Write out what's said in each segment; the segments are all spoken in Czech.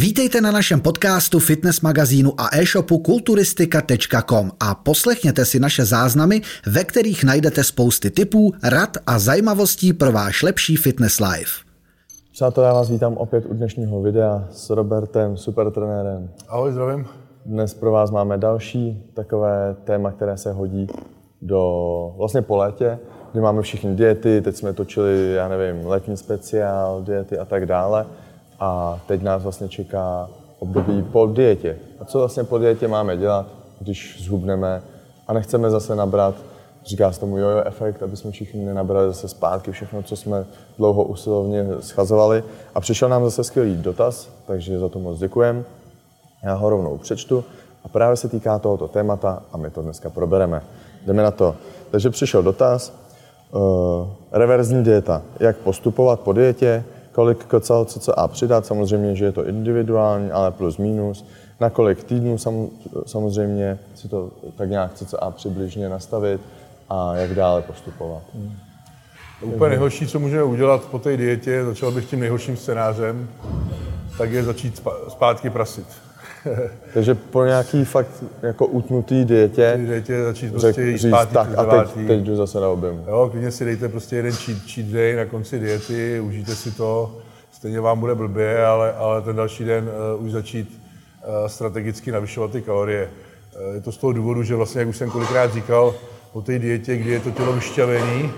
Vítejte na našem podcastu, fitness magazínu a e-shopu kulturistika.com a poslechněte si naše záznamy, ve kterých najdete spousty tipů, rad a zajímavostí pro váš lepší fitness life. Přátelé, já vás vítám opět u dnešního videa s Robertem, supertrenérem. Ahoj, zdravím. Dnes pro vás máme další takové téma, které se hodí vlastně po létě, kdy máme všichni diety, teď jsme točili, já nevím, letní speciál, diety a tak dále. A teď nás vlastně čeká období po dietě. A co vlastně po dietě máme dělat, když zhubneme a nechceme zase nabrat, říká se tomu jojo efekt, aby jsme všichni nenabrali zase zpátky všechno, co jsme dlouho usilovně schazovali. A přišel nám zase skvělý dotaz, takže za to moc děkujem. Já ho rovnou přečtu a právě se týká tohoto témata a my to dneska probereme. Jdeme na to. Takže přišel dotaz, reverzní dieta, jak postupovat po dietě, kolik cca přidat, samozřejmě, že je to individuální, ale plus minus, na kolik týdnů samozřejmě si to tak nějak cca přibližně nastavit a jak dále postupovat. Úplně nejhorší, co můžeme udělat po té dietě, začal bych tím nejhorším scénářem, tak je začít zpátky prasit. Takže po nějaký fakt jako utnutý dietě začít prostě jít zpátky tak a teď jdu zase na objem. Jo, klidně si dejte prostě jeden cheat day na konci diety, užijte si to, stejně vám bude blbě, ale ten další den už začít strategicky navyšovat ty kalorie. Je to z toho důvodu, že vlastně, jak už jsem kolikrát říkal, po té dietě, kdy je to tělo vyšťavený,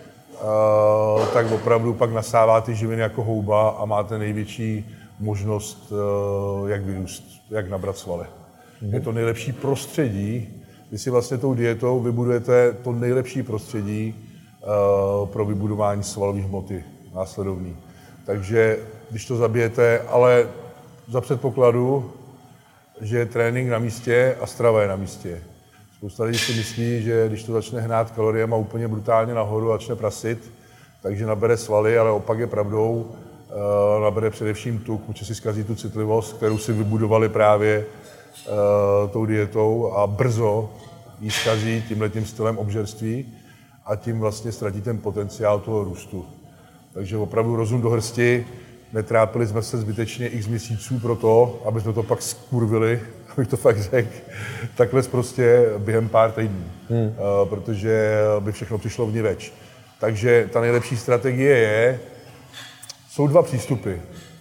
tak opravdu pak nasává ty živiny jako houba a máte největší možnost, jak vyrůst, jak nabrat svaly. Je to nejlepší prostředí, kdy si vlastně tou dietou vybudujete to nejlepší prostředí pro vybudování svalové hmoty následovný. Takže když to zabijete, ale za předpokladu, že je trénink na místě a strava je na místě. Spousta lidí si myslí, že když to začne hnát kaloriema úplně brutálně nahoru a začne prasit, takže nabere svaly, ale opak je pravdou. Nabere především tuk, protože si zkazí tu citlivost, kterou si vybudovali právě tou dietou a brzo ji zkazí tímhletím stylem obžerství a tím vlastně ztratí ten potenciál toho růstu. Takže opravdu rozum do hrsti, netrápili jsme se zbytečně x měsíců pro to, aby jsme to pak skurvili, abych to fakt řekl, takhle prostě během pár týdnů, protože by všechno přišlo vniveč. Takže ta nejlepší strategie jsou dva přístupy.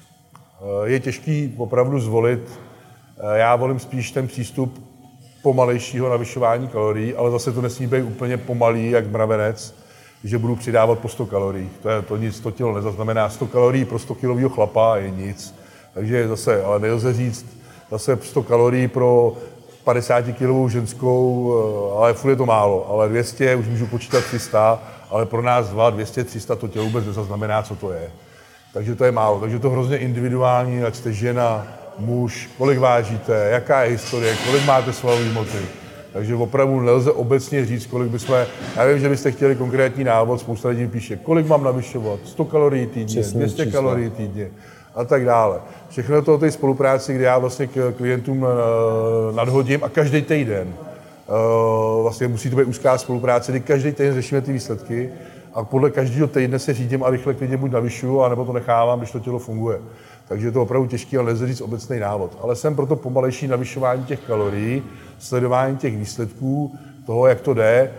Je těžký opravdu zvolit. Já volím spíš ten přístup pomalejšího navyšování kalorií, ale zase to nesmí být úplně pomalý, jak mravenec, že budu přidávat po 100 kalorií. To nic, to tělo nezaznamená. 100 kalorií pro 100 kilového chlapa je nic. Takže zase, ale nelze říct zase 100 kalorií pro 50 kilovou ženskou, ale furt je to málo. Ale 200, už můžu počítat 300, ale pro nás 200, 300 to tělo vůbec nezaznamená, co to je. Takže to je málo. Takže to je hrozně individuální, ať jste žena, muž, kolik vážíte, jaká je historie, kolik máte svalové hmoty. Takže opravdu nelze obecně říct, kolik bychom... Já vím, že byste chtěli konkrétní návod, spousta lidí píše, kolik mám navyšovat, 100 kalorií týdně, 200 kalorií týdně a tak dále. Všechno to o té spolupráci, kdy já vlastně k klientům nadhodím a každý týden vlastně musí to být úzká spolupráce, kdy každý týden řešíme ty výsledky a podle každého týdne se řídím a rychle klidně buď navyšuju, anebo to nechávám, když to tělo funguje. Takže je to opravdu těžký, ale nelze říct obecný návod. Ale jsem proto pomalejší navyšování těch kalorií, sledování těch výsledků, toho, jak to jde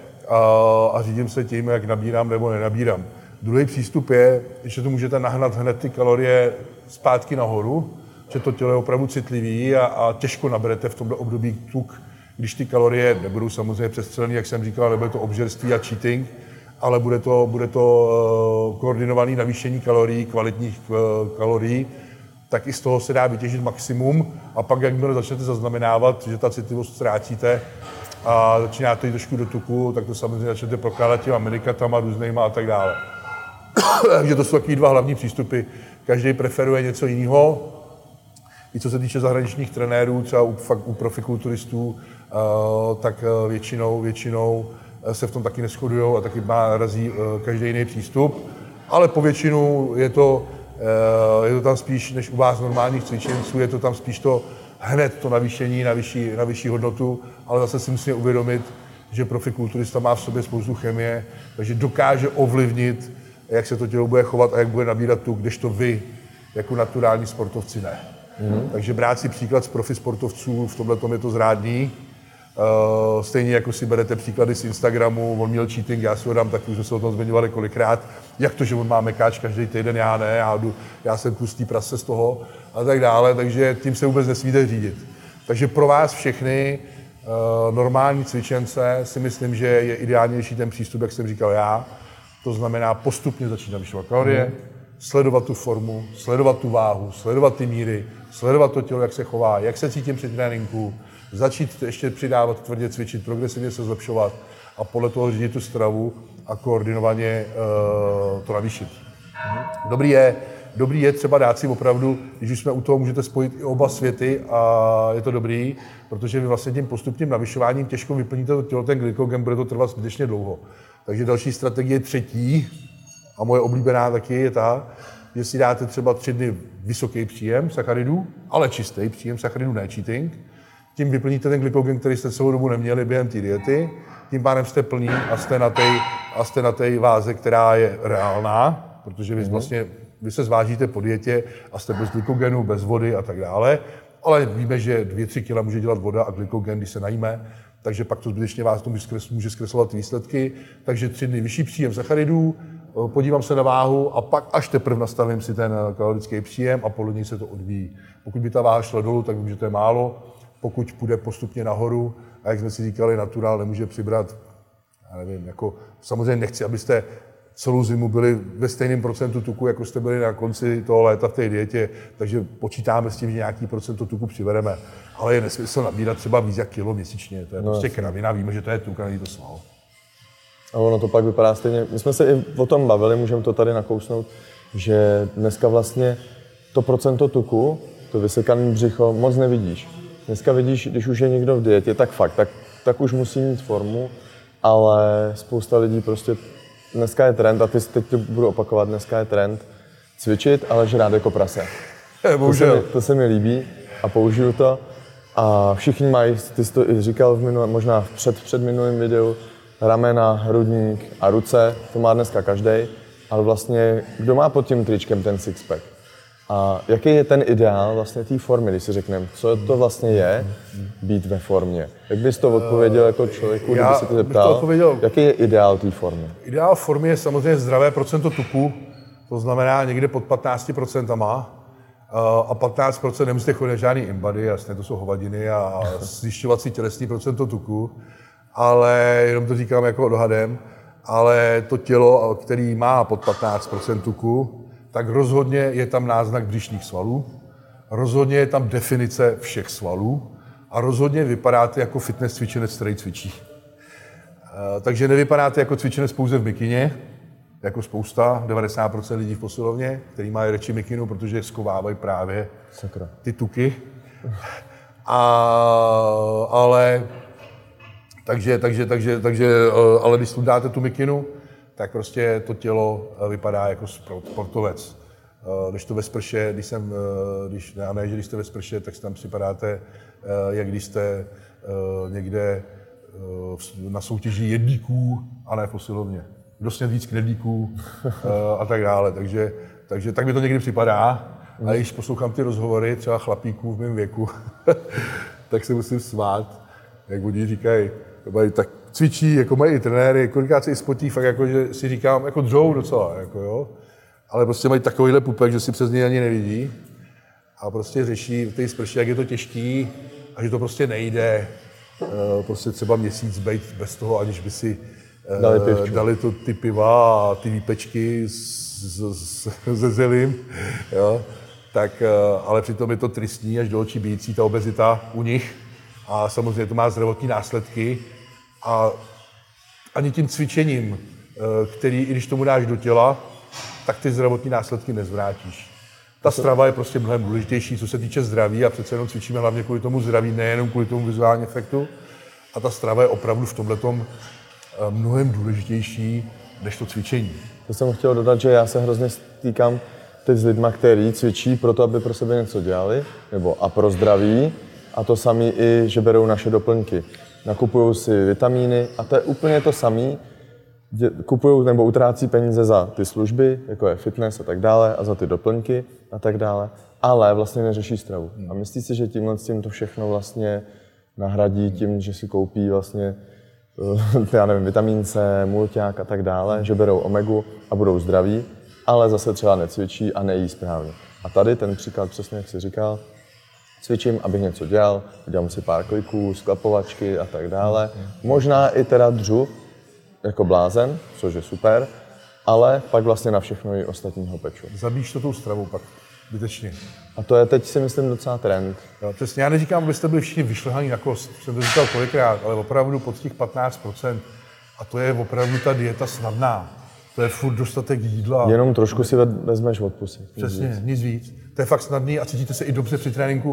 a řídím se tím, jak nabírám nebo nenabírám. Druhý přístup je, že to můžete nahnat hned ty kalorie zpátky nahoru, že to tělo je opravdu citlivý a těžko naberete v tomto období tuk, když ty kalorie nebudou samozřejmě přestřelený, jak jsem říkal, nebude to obžerství a cheating, ale bude to koordinované navýšení kalorií, kvalitních kalorií, tak i z toho se dá vytěžit maximum a pak, jakmile začnete zaznamenávat, že ta citlivost ztrácíte a začínáte jít trošku do tuku, tak to samozřejmě začnete prokládat těma medikatama různýma a tak dále. Takže to jsou takový dva hlavní přístupy. Každý preferuje něco jiného. I co se týče zahraničních trenérů, třeba u profikulturistů, tak většinou se v tom taky neshodujou a taky razí každý jiný přístup. Ale po většinu je to tam spíš, než u vás normálních cvičenců, je to tam spíš to hned to navýšení na vyšší hodnotu, ale zase si musíme uvědomit, že profikulturista má v sobě spoustu chemie, takže dokáže ovlivnit, jak se to tělo bude chovat a jak bude nabírat tuk, kdežto vy, jako naturální sportovci, ne. Takže brát si příklad z profi sportovců, v tomhle tom je to zrádný. Stejně jako si berete příklady z Instagramu, on měl cheating, já si ho dám taky, už jsme se o tom zmiňovali kolikrát. Jak to, že on má mekáč každý týden, já ne, já jsem tlustý prase z toho a tak dále, takže tím se vůbec nesmíte řídit. Takže pro vás všechny normální cvičence si myslím, že je ideálnější ten přístup, jak jsem říkal já. To znamená postupně začít navyšovat kalorie, sledovat tu formu, sledovat tu váhu, sledovat ty míry, sledovat to tělo, jak se chová, jak se cítím při tréninku, začít ještě přidávat, tvrdě cvičit, progresivně se zlepšovat a podle toho řídit tu stravu a koordinovaně to navýšit. Dobrý je třeba dát si opravdu, když už jsme u toho, můžete spojit i oba světy a je to dobrý, protože vy vlastně tím postupným navyšováním těžko vyplníte to tělo, ten glykogen, bude to trvat zbytečně dlouho. Takže další strategie třetí, a moje oblíbená taky je ta, že si dáte třeba 3 dny vysoký příjem sacharidů, ale čistý příjem sacharidů, ne cheating. Tím vyplníte ten glykogen, který jste celou dobu neměli během té diety, tím pádem jste plní a jste na té váze, která je reálná, protože vy se zvážíte po dietě a jste bez glykogenu, bez vody a tak dále, ale víme, že 2-3 kg může dělat voda a glykogen, když se najíme, takže pak to zbytečně vás to může zkreslovat výsledky. Takže 3 dny vyšší příjem sacharidů, podívám se na váhu a pak až teprve nastavím si ten kalorický příjem a podle něj se to odvíjí. Pokud by ta váha šla dolů, tak vím, že to je málo. Pokud půjde postupně nahoru, a jak jsme si říkali, naturál nemůže přibrat, já nevím, jako samozřejmě nechci, abyste celou zimu byli ve stejném procentu tuku, jako jste byli na konci toho léta v té dietě, takže počítáme s tím, že nějaký procento tuku přivedeme. Ale je nesmysl nabírat třeba víc jak kilo měsíčně, to je prostě kravina, víme, že to je tuk a není to sval. A ono to pak vypadá stejně. My jsme se i o tom bavili, můžeme to tady nakousnout, že dneska vlastně to procento tuku, to vysekaný břicho, moc nevidíš. Dneska vidíš, když už je někdo v dietě, tak fakt, tak už musí mít formu, ale spousta lidí prostě, dneska je trend, a teď to budu opakovat, dneska je trend cvičit, ale žrát jako prase. To se mi líbí a použiju to. A všichni mají, ty jsi to i říkal možná v předminulém videu, ramena, hrudník a ruce, to má dneska každej, ale vlastně kdo má pod tím tričkem ten sixpack? A jaký je ten ideál vlastně té formy, když si řekneme, co to vlastně je být ve formě? Jak bys to odpověděl jako člověku, kdyby se to zeptal, jaký je ideál té formy? Ideál formy je samozřejmě zdravé procento tuku, to znamená někde pod 15%, a 15% nemusíte chodit na žádný InBody, jasně, to jsou hovadiny a zjišťovat si tělesný procento tuku, ale jenom to říkám jako odhadem, ale to tělo, který má pod 15% tuku, tak rozhodně je tam náznak břišních svalů, rozhodně je tam definice všech svalů a rozhodně vypadáte jako fitness cvičenec, který cvičí. Takže nevypadáte jako cvičenec pouze v mikině, jako spousta, 90% lidí v posilovně, který mají radši mikinu, protože skovávají právě ty tuky. Ale když tu dáte tu mikinu, tak prostě to tělo vypadá jako sportovec. Když to ve sprše, když jste ve sprše, tak tam připadáte, jak když jste někde na soutěži jedlíků, a ne v posilovně. Kdo sněd víc knedlíků a tak dále. Takže tak mi to někdy připadá. A když poslouchám ty rozhovory, třeba chlapíků v mém věku, tak se musím smát, jak oni říkají, tak cvičí, jako mají i trenéry, kolikrát se i spotí, fakt jako, že si říkám, jako dřou docela, jako jo. Ale prostě mají takovýhle pupek, že si přes něj ani nevidí. A prostě řeší v té sprši, jak je to těžký a že to prostě nejde. Prostě třeba měsíc být bez toho, aniž by si dali to ty piva a ty výpečky se zelím, jo. Tak, ale přitom je to tristní až do očí bijící ta obezita u nich a samozřejmě to má zdravotní následky a ani tím cvičením, který, i když tomu dáš do těla, tak ty zdravotní následky nezvrátíš. Ta strava je prostě mnohem důležitější, co se týče zdraví a přece jenom cvičíme hlavně kvůli tomu zdraví, nejenom kvůli tomu vizuálnímu efektu. A ta strava je opravdu v tomhletom mnohem důležitější než to cvičení. To jsem chtěl dodat, že já se hrozně stýkám teď s lidma, kteří cvičí proto, aby pro sebe něco dělali, nebo a pro zdraví, a to samé i, že berou naše doplňky. Nakupují si vitamíny a to je úplně to samé. Kupují nebo utrácí peníze za ty služby, jako je fitness a tak dále, a za ty doplňky a tak dále. ale vlastně neřeší stravu. A myslí si, že tímhle s tím to všechno vlastně nahradí tím, že si koupí vlastně, já nevím, vitamin C, mulťák a tak dále, že berou omegu a budou zdraví, ale zase třeba necvičí a nejí správně. A tady ten příklad, přesně jak jsi říkal, cvičím, abych něco dělal, dělám si pár kliků, sklapovačky a tak dále. Možná i teda dřu jako blázen, což je super, ale pak vlastně na všechno i ostatního peču. Zabíš to tou stravou pak, zbytečně. A to je teď si myslím docela trend. Jo, přesně, já neříkám, abyste byli všichni vyšlehaní na kost, jsem to říkal kolikrát, ale opravdu pod těch 15%. A to je opravdu ta dieta snadná. To je furt dostatek jídla. Jenom trošku si vezmeš od pusy. Přesně, nic víc. To je fakt snadný a cítíte se i dobře při tréninku.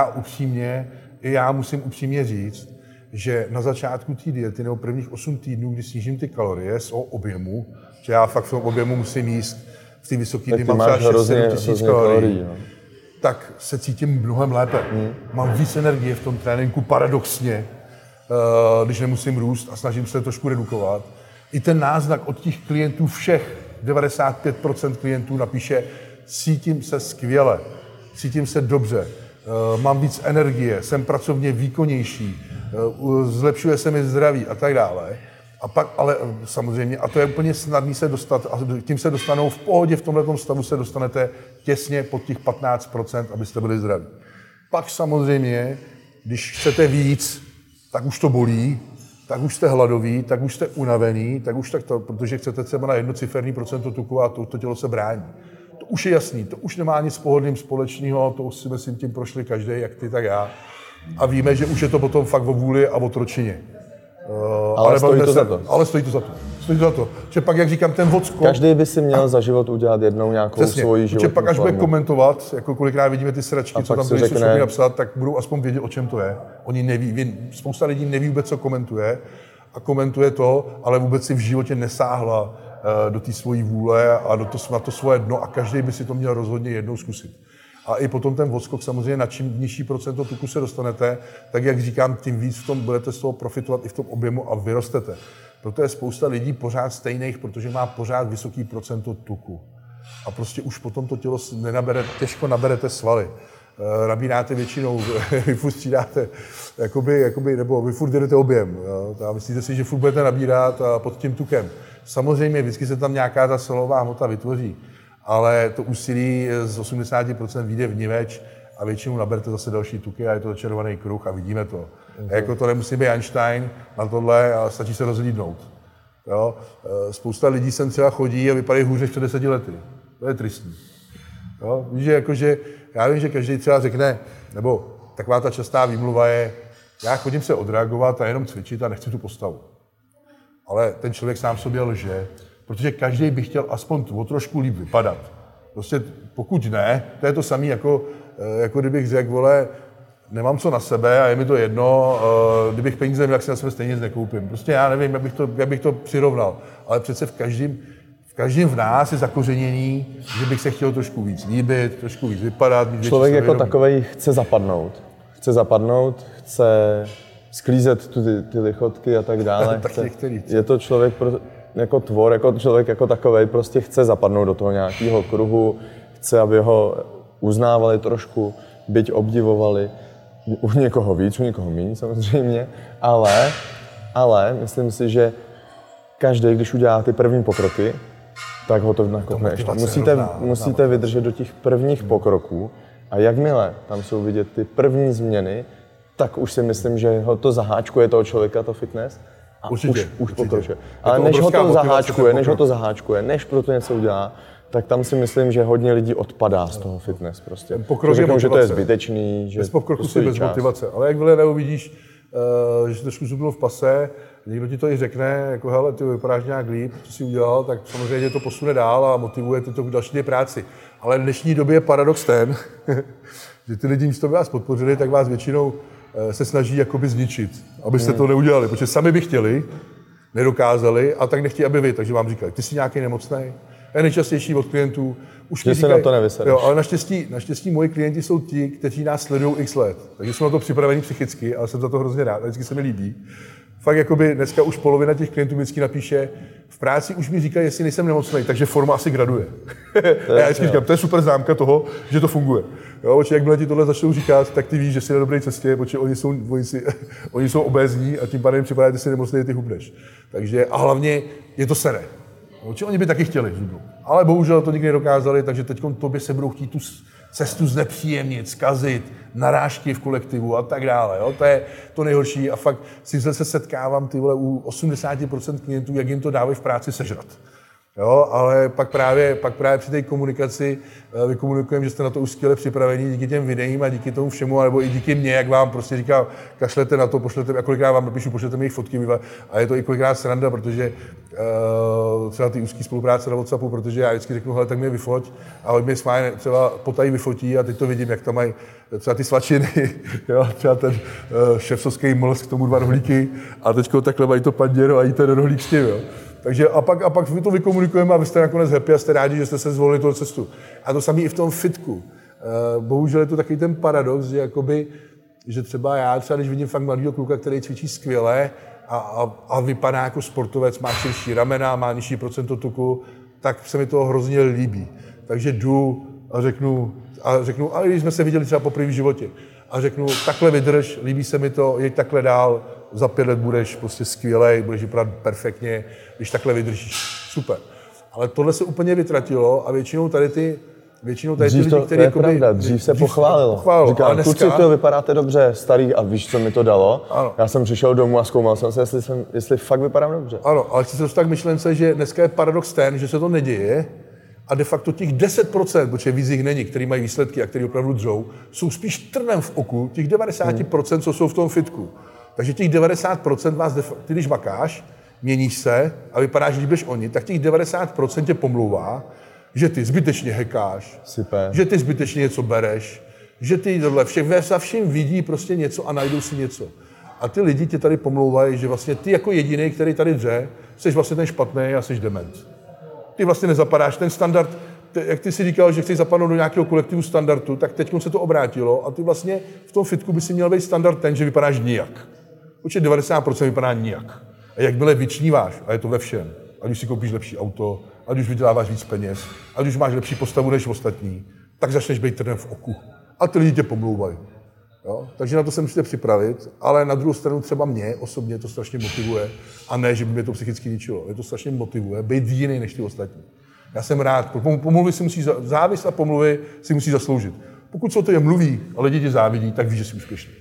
Já musím upřímně říct, že na začátku té diety nebo prvních 8 týdnů, kdy snížím ty kalorie z objemu, že já fakt v tom objemu musím jíst v té vysoké, kdy mám třeba 6-7 tisíc kalorií, tak se cítím mnohem lépe. Mám víc energie v tom tréninku, paradoxně, když nemusím růst a snažím se trošku redukovat. I ten náznak od těch klientů všech, 95% klientů napíše, cítím se skvěle, cítím se dobře, mám víc energie, jsem pracovně výkonnější, zlepšuje se mi zdraví a tak dále. A pak, ale samozřejmě, a to je úplně snadný se dostat, a tím se dostanou v pohodě, v tomhletom stavu se dostanete těsně pod těch 15%, abyste byli zdraví. Pak samozřejmě, když chcete víc, tak už to bolí, tak už jste hladoví, tak už jste unavený, tak už tak to, protože chcete třeba na jednociferný procento tuku a to tělo se brání. To už je jasný, to už nemá nic s pohodlným společného, to už si myslím tím prošli každý, jak ty, tak já. A víme, že už je to potom fakt o vůli a o tročině. Ale stojí to za to. Ale stojí to za to. Stojí to za to. Že pak, jak říkám, ten vodskok... Každý by si měl za život udělat jednou nějakou svoji životní formu. Pak až bude komentovat, jako kolikrát vidíme ty sračky, co tam nejsou schopni napsat, tak budou aspoň vědět, o čem to je. Oni neví, spousta lidí neví vůbec, co komentuje a komentuje to, ale vůbec si v životě nesáhla do té svojí vůle a na to svoje dno a každý by si to měl rozhodně jednou zkusit. A i potom ten odskok samozřejmě, na čím nižší procento tuku se dostanete, tak jak říkám, tím víc v tom budete z toho profitovat i v tom objemu a vyrostete. Proto je spousta lidí pořád stejných, protože má pořád vysoký procento tuku. A prostě už potom to tělo těžko naberete svaly. Nabíráte většinou, vy furt střídáte, nebo vy furt jedete objem. Jo? A myslíte si, že furt budete nabírat pod tím tukem. Samozřejmě vždycky se tam nějaká ta svalová hmota vytvoří. Ale to úsilí z 80% vyjde vniveč a většinou naberte zase další tuky a je to začarovaný kruh a vidíme to. A jako to nemusí být Einstein na tohle, ale stačí se rozhlídnout. Jo? Spousta lidí sem třeba chodí a vypadají hůře před 10 lety. To je tristní. Jo? Víš, že jakože, já vím, že každý třeba řekne, nebo taková ta častá výmluva je, já chodím se odreagovat a jenom cvičit a nechci tu postavu. Ale ten člověk sám sobě lže, protože každý by chtěl aspoň o trošku líp vypadat. Prostě pokud ne, to je to samé, jako kdybych řekl, vole, nemám co na sebe a je mi to jedno, kdybych peníze měl, tak si na sebe stejně nic nekoupím. Prostě já nevím, jak bych to přirovnal, ale přece v každém v nás je zakořenění, že bych se chtěl trošku víc líbit, trošku víc vypadat. Víc člověk jako takovej chce zapadnout, chce sklízet ty lichotky a tak dále. Je to člověk jako tvor, jako člověk jako takovej prostě chce zapadnout do toho nějakého kruhu, chce, aby ho uznávali trošku, byť obdivovali, u někoho víc, u někoho méně samozřejmě, ale myslím si, že každý, když udělá ty první pokroky, tak ho to nakopne ještě. Musíte vydržet do těch prvních pokroků a jakmile tam jsou vidět ty první změny, tak už si myslím, že ho to zaháčkuje toho člověka, to fitness, a už pokročuje. Ale než ho to zaháčkuje, než pro to něco udělá, tak tam si myslím, že hodně lidí odpadá z toho fitness prostě. Řeknou, že to je zbytečný, že bez pokroku si bez motivace. Ale jakmile neuvidíš, že trošku zubnul v pase, někdo ti to i řekne, jako hele, ty vypadáš nějak líp, co jsi udělal, tak samozřejmě to posune dál a motivuje to k další práci. Ale v dnešní době je paradox ten, že ty lidi, místo by vás podpořili, tak vás většinou se snaží jakoby zničit, abyste to neudělali, protože sami by chtěli, nedokázali a tak nechtějí, aby vy, takže vám říkají, ty jsi nějaký nemocnej. Je nejčastější od klientů. Už že se na to nevysereš. Jo, ale naštěstí moji klienti jsou ti, kteří nás sledují x let. Takže jsme na to připraveni psychicky, ale jsem za to hrozně rád, vždycky se mi líbí. Fakt jakoby dneska už polovina těch klientů vždycky napíše, v práci už mi říkají, jestli nejsem nemocný, takže forma asi graduje. A já vždycky říkám, to je super známka toho, že to funguje. Jo, protože jakmile ti tohle začnou říkat, tak ty víš, že jsi na dobré cestě, protože oni jsou obézní a tím pádem připadá, že jsi nemocný, ty hubneš. Takže a hlavně je to sere. Určitě oni by taky chtěli zhubnout. Ale bohužel to nikdy nedokázali, takže teď tobě se budou chtít tu cestu znepříjemnit, zkazit, narážky v kolektivu a tak dále. Jo? To je to nejhorší a fakt si se setkávám ty vole, u 80% klientů, jak jim to dávají v práci sežrat. Jo, ale pak právě při té komunikaci vykomunikujeme, že jste na to už skvěle připravení díky těm videím a díky tomu všemu, nebo i díky mně, jak vám prostě říkám, kašlete na to, pošlete, a kolikrát vám napíšu, pošlete mi jejich fotky, a je to i kolikrát sranda, protože třeba ty úzký spolupráce na WhatsAppu, protože já vždycky řeknu, hele, tak mě vyfoť, a oni mě schválně třeba potají vyfotí a teď to vidím, jak tam mají třeba ty svačiny, jo, třeba ten šefsovský mlsk k tomu 2 rohlíky a teďko takhle mají to panděro a jí ten rohlík s tím, jo. Takže a pak my to vykomunikujeme a vy jste nakonec happy a jste rádi, že jste se zvolili tu cestu. A to samé i v tom fitku. Bohužel je to takový ten paradox, že, jakoby, že třeba když vidím fakt mladýho kluka, který cvičí skvěle a vypadá jako sportovec, má širší ramena, má nižší procento tuku, tak se mi to hrozně líbí. Takže jdu a řeknu, ale když jsme se viděli třeba poprvé v životě, a řeknu, takhle vydrž, líbí se mi to, jeď takhle dál, za 5 let budeš prostě skvělej, budeš vypadat perfektně, když takhle vydržíš, super. Ale tohle se úplně vytratilo a většinou tady ty lidi, kteří jakoby... Pravda, dřív se pochválilo. Říkám, dneska... kluci, to vypadáte dobře, starý, a víš, co mi to dalo? Ano. Já jsem přišel domů a zkoumal jsem se, jestli fakt vypadám dobře. Ano, ale chci se dostat k myšlence, že dneska je paradox ten, že se to neděje, a de facto těch 10%, protože víc jich není, který mají výsledky a který opravdu dřou, jsou spíš trnem v oku těch 90%, co jsou v tom fitku. Takže těch 90% vás, ty když makáš, měníš se a vypadáš, že budeš oni, tak těch 90% tě pomlouvá, že ty zbytečně hekáš, že ty zbytečně něco bereš, že ty za vším vidí prostě něco a najdou si něco. A ty lidi tě tady pomlouvají, že vlastně ty jako jediný, který tady dře, jsi vlastně ten špatný a jsi dement. Ty vlastně nezapadáš, ten standard, jak ty si říkal, že chceš zapadnout do nějakého kolektivu standardu, tak teď se to obrátilo a ty vlastně v tom fitku by si měl být standard ten, že vypadáš nijak. Určitě 90% vypadá nijak. A jakmile vyčníváš, a je to ve všem, ať už si koupíš lepší auto, ať už vyděláváš víc peněz, ať už máš lepší postavu než ostatní, tak začneš být trnem v oku. A ty lidi tě pomlouvají. Jo? Takže na to se musíte připravit, ale na druhou stranu třeba mě osobně to strašně motivuje a ne, že by mě to psychicky ničilo. Mě to strašně motivuje být jiný než ty ostatní. Já jsem rád, pomluvy si musí, závist a pomluvy si musí zasloužit. Pokud se o to je mluví a lidi tě závidí, tak víš, že jsi úspěšný.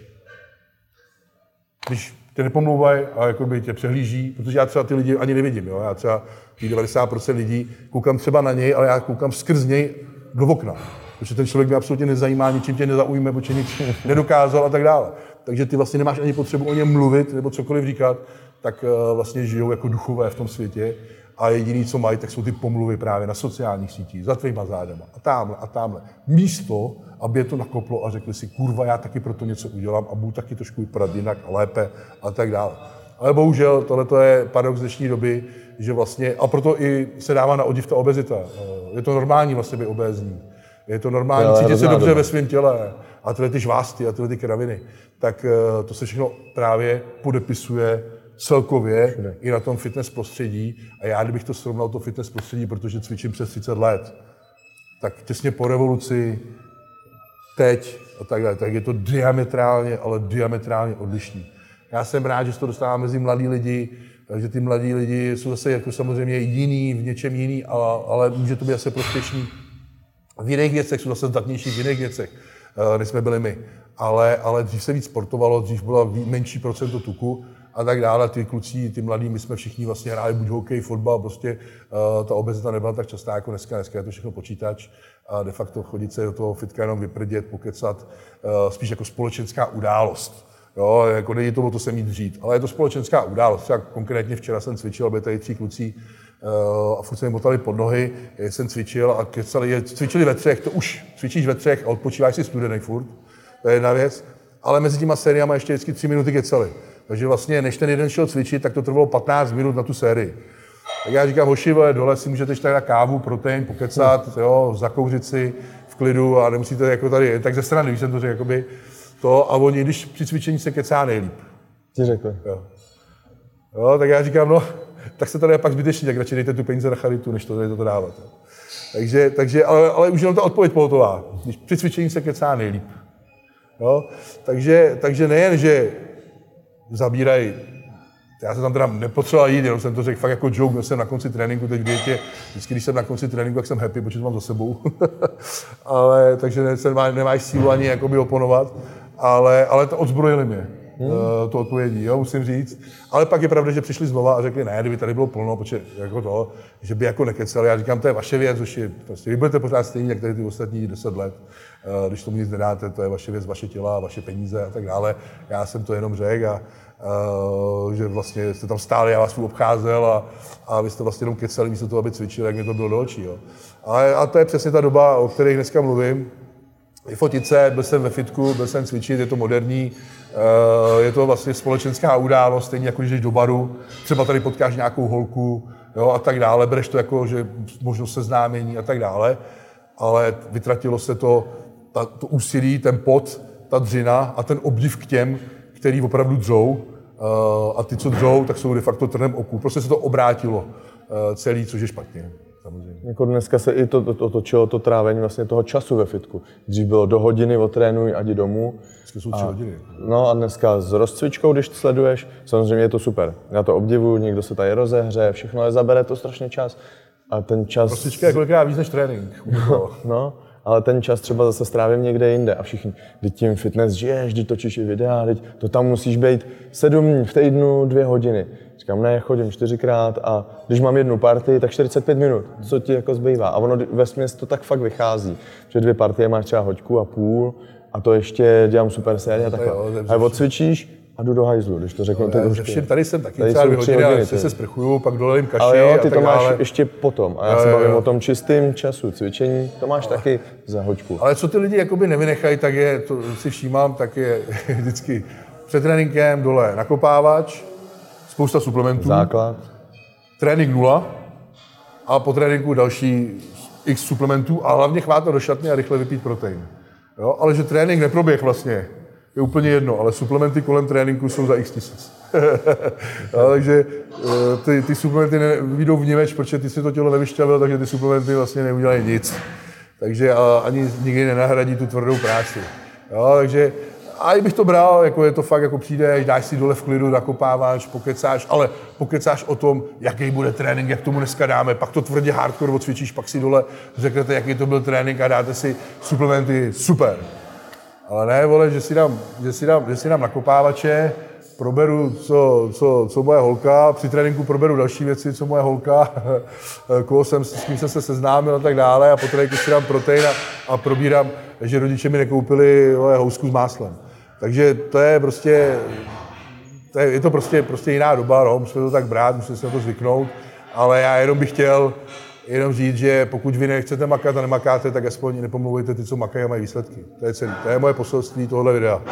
Když tě nepomlouvají a jakoby tě přehlíží, protože já třeba ty lidi ani nevidím, jo? Já třeba těch 90% lidí koukám třeba na něj, ale já koukám skrz něj do okna. Protože ten člověk mě absolutně nezajímá, ničím tě nezaujme, protože nic nedokázal a tak dále. Takže ty vlastně nemáš ani potřebu o něm mluvit nebo cokoliv říkat, tak vlastně žijou jako duchové v tom světě a jediný, co mají, tak jsou ty pomluvy právě na sociálních sítích, za tvýma zádama a tamhle. Místo, aby je to nakoplo a řekli si, kurva, já taky pro to něco udělám a budu taky trošku vypadat jinak a lépe a tak dále. Ale bohužel, tohle je paradox dnešní doby, že vlastně, a proto i se dává na odiv ta obezita. Je to normální vlastně být obézní. Je to normální, cítit se dobře ve svém těle a tyhle ty žvásty a tyhle ty kraviny. Tak to se všechno právě podepisuje celkově i na tom fitness prostředí. A já, kdybych to srovnal, to fitness prostředí, protože cvičím přes 30 let, tak těsně po revoluci, teď a tak dále, tak je to diametrálně odlišný. Já jsem rád, že se to dostává mezi mladí lidi, že ty mladí lidi jsou zase jako samozřejmě jiný, v něčem jiný, ale může to být zase prospěšný. V jiných věcech jsou zase zdatnější v jiných věcech, než jsme byli my. Ale dřív se víc sportovalo, dřív byla menší procento tuku a tak dále. Ty kluci, ty mladí, my jsme všichni vlastně hráli buď hokej, fotbal, prostě ta obezita nebyla tak častá jako dneska. Dneska je to všechno počítač a de facto chodit se do toho fitka jenom vyprdět, pokecat, spíš jako společenská událost. Jo, jako není to, se mít dřít, ale je to společenská událost. Třeba konkrétně včera jsem cvičil, byli tady 3 kluci a furt se mi motali pod nohy, jsem cvičil a cvičili ve 3, to už cvičíš ve 3 a odpočíváš si studenej furt, to je jedna věc, ale mezi těma sériama ještě vždycky 3 minuty kecali. Takže vlastně, než ten jeden šel cvičit, tak to trvalo 15 minut na tu sérii. Tak já říkám, hoši, dole si můžete ještě na kávu, protein, pokecat, jo, zakouřit si v klidu a nemusíte jako tady, tak ze strany, když jsem to řekl, jakoby to, a oni, když při cvičení se kecá nejlíp. Ti řekli. Jo. Jo, tak já říkám, no, tak se to dá pak zbytečně, tak radši dejte tu peníze na charitu, než to tady to dávat. Takže ale už jenom ta odpověď pohotová. Když při cvičení se kecá nejlíp. Jo? Takže nejen, že zabírají, já jsem tam teda nepotřeboval jít, jenom jsem to řekl fakt jako joke, byl jsem na konci tréninku, teď v dietě, vždycky, když jsem na konci tréninku, tak jsem happy, protože to mám za sebou. Ale, takže nemáš sílu ani jakoby oponovat, ale to odzbrojili mě. To odpovědí, jo, musím říct. Ale pak je pravda, že přišli znova a řekli, ne, kdyby tady bylo plno, protože jako to, že by jako nekeceli. Já říkám, to je vaše věc, prostě vy budete pořád stejní, jak tady ty ostatní 10 let. Když tomu nic nedáte, to je vaše věc, vaše těla, vaše peníze a tak dále. Já jsem to jenom řekl a že vlastně jste tam stáli, já vás obcházel a vy jste vlastně jenom keceli místo toho, aby cvičili, jak mi to bylo do očí. Jo. A to je přesně ta doba, o které dneska mluvím. I fotit se, byl jsem ve fitku, byl jsem cvičit, je to moderní, je to vlastně společenská událost, stejně jako když jdeš do baru, třeba tady potkáš nějakou holku, jo, a tak dále, bereš to jako, že možnost seznámení a tak dále, ale vytratilo se to úsilí, ten pot, ta dřina a ten obdiv k těm, který opravdu dřou, a ty, co dřou, tak jsou de facto trnem oku. Prostě se to obrátilo celý, což je špatně. Samozřejmě. Jako dneska se i to otočilo to trávení vlastně toho času ve fitku. Dřív bylo do hodiny, otrénuj a jdi domů. Dneska jsou 3 hodiny. No a dneska s rozcvičkou, když to sleduješ, samozřejmě je to super. Já to obdivuju, někdo se tady rozehře, všechno, ale zabere to strašně čas. A ten čas... Rozcvička je kolikrát víc než trénink. No, ale ten čas třeba zase strávím někde jinde a všichni, teď tím fitness žiješ, teď točíš i videa, teď to tam musíš být 7 v týdnu 2 hodiny. Říkám, ne, chodím 4krát a když mám jednu partii, tak 45 minut, co ti jako zbývá. A ono vesměs to tak fakt vychází, že 2 partie máš třeba hoďku a půl a to ještě dělám super série a takhle. A odcvičíš a jdu do hajzlu, když to řeknu. Tady jsem taky třeba 2 hodiny, ale se sprchuju, pak dolejím kaši. Ale jo, ty a to máš dále. ještě potom. A já se bavím o tom čistým času cvičení, to máš taky za hoďku. Ale co ty lidi jakoby nevynechají, tak je, to si všímám, tak je vždycky před tréninkem dole nakopávač, spousta suplementů. Základ. Trénink 0 a po tréninku další x suplementů a hlavně chvátat do šatny a rychle vypít protein. Jo? Ale že trénink neproběh vlastně, je úplně jedno, ale suplementy kolem tréninku jsou za x tisíc. Takže ty suplementy vyjdou vniveč, protože ty si to tělo nevyšťavil, takže ty suplementy vlastně neudělají nic. Takže ani nikdy nenahradí tu tvrdou práci. Jo? Takže a i bych to bral, jako je to fakt, jako přijdeš, dáš si dole v klidu, nakopáváš, pokecáš, ale pokecáš o tom, jaký bude trénink, jak tomu dneska dáme, pak to tvrdě hardcore odcvičíš, pak si dole řeknete, jaký to byl trénink a dáte si suplementy, super. Ale ne, vole, že si dám nakopávače, proberu, co moje holka, při tréninku proberu další věci, co moje holka, s kým jsem se seznámil a tak dále a po tréninku si dám protein a probírám, že rodiče mi nekoupili housku s máslem. Takže to je prostě, je to prostě jiná doba, no, musíme to tak brát, musíme si na to zvyknout, ale já jenom bych chtěl říct, že pokud vy nechcete makat a nemakáte, tak aspoň nepomluvujte ty, co makají a mají výsledky. To je celý. To je moje poselství tohohle videa.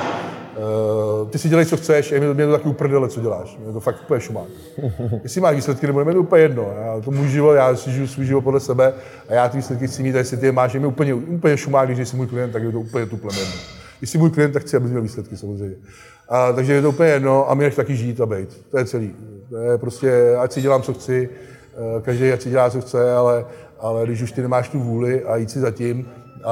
Ty si dělej, co chceš, a mě to taky uprdele, co děláš. Mě to fakt úplně šumák. Jestli máš výsledky, nebo mě to úplně jedno. To můj život, já si žiju svůj život podle sebe a já ty výsledky chci mít, a jestli ty je máš, je mi úplně šumák, když jsi můj klient, tak je to úplně tuplem jedno. Jestli můj klient, tak chci, aby měl výsledky samozřejmě. Takže je to úplně jedno a mě nech taky žít a bejt. To je celý. To je prostě, ať si dělám, co chci, každý ať si dělá, co chce, ale když už ty nemáš tu vůli a jít si za tím,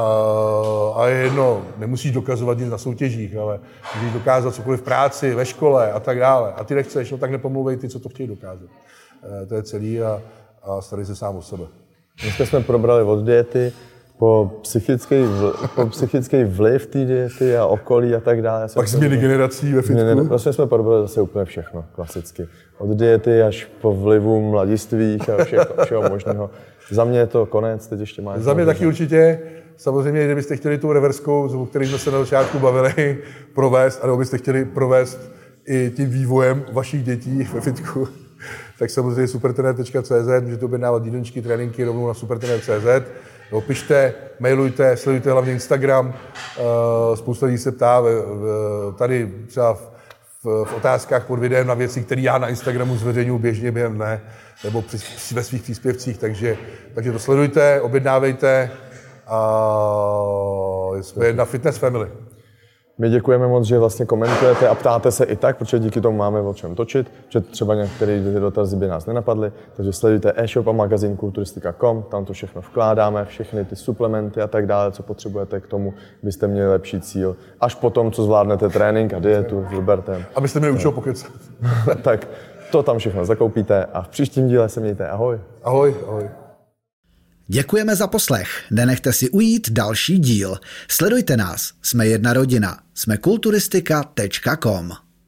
a je jedno, nemusíš dokazovat nic na soutěžích, ale můžeš dokázat cokoliv v práci, ve škole a tak dále. A ty nechceš, no tak nepomluvej ty, co to chtějí dokázat. To je celý a starej se sám o sebe. Dneska jsme probrali od diety po psychický vliv té diety a okolí a tak dále. Pak změny generací ve fitku. Vlastně jsme probrali zase úplně všechno, klasicky. Od diety až po vlivu mladistvých a všeho možného. Za mě je to konec, teď ještě máš. Za mě taky určitě. Samozřejmě, kdybyste chtěli tu reverskou, o které jsme se na začátku bavili, provést, anebo byste chtěli provést i tím vývojem vašich dětí ve fitku, tak samozřejmě supertrener.cz, můžete objednávat jídelníčky, tréninky rovnou na supertrener.cz. Pište, mailujte, sledujte hlavně Instagram. Spousta lidí se ptá tady třeba v otázkách pod videem na věci, které já na Instagramu zveřejňuji běžně během dne, nebo ve svých příspěvcích, takže to sledujte, objednávejte a jsme jedna fitness family. My děkujeme moc, že vlastně komentujete a ptáte se i tak, protože díky tomu máme o čem točit, že třeba některé dotazy by nás nenapadly, takže sledujte e-shop a magazín kulturistika.com, tam to všechno vkládáme, všechny ty suplementy a tak dále, co potřebujete k tomu, byste měli lepší cíl. Až potom, co zvládnete trénink a dietu s Robertem. Abyste měli učil pokecat. Tak to tam všechno zakoupíte a v příštím díle se mějte. Ahoj. Ahoj, ahoj. Děkujeme za poslech. Nenechte si ujít další díl. Sledujte nás. Jsme jedna rodina. Jsme kulturistika.com.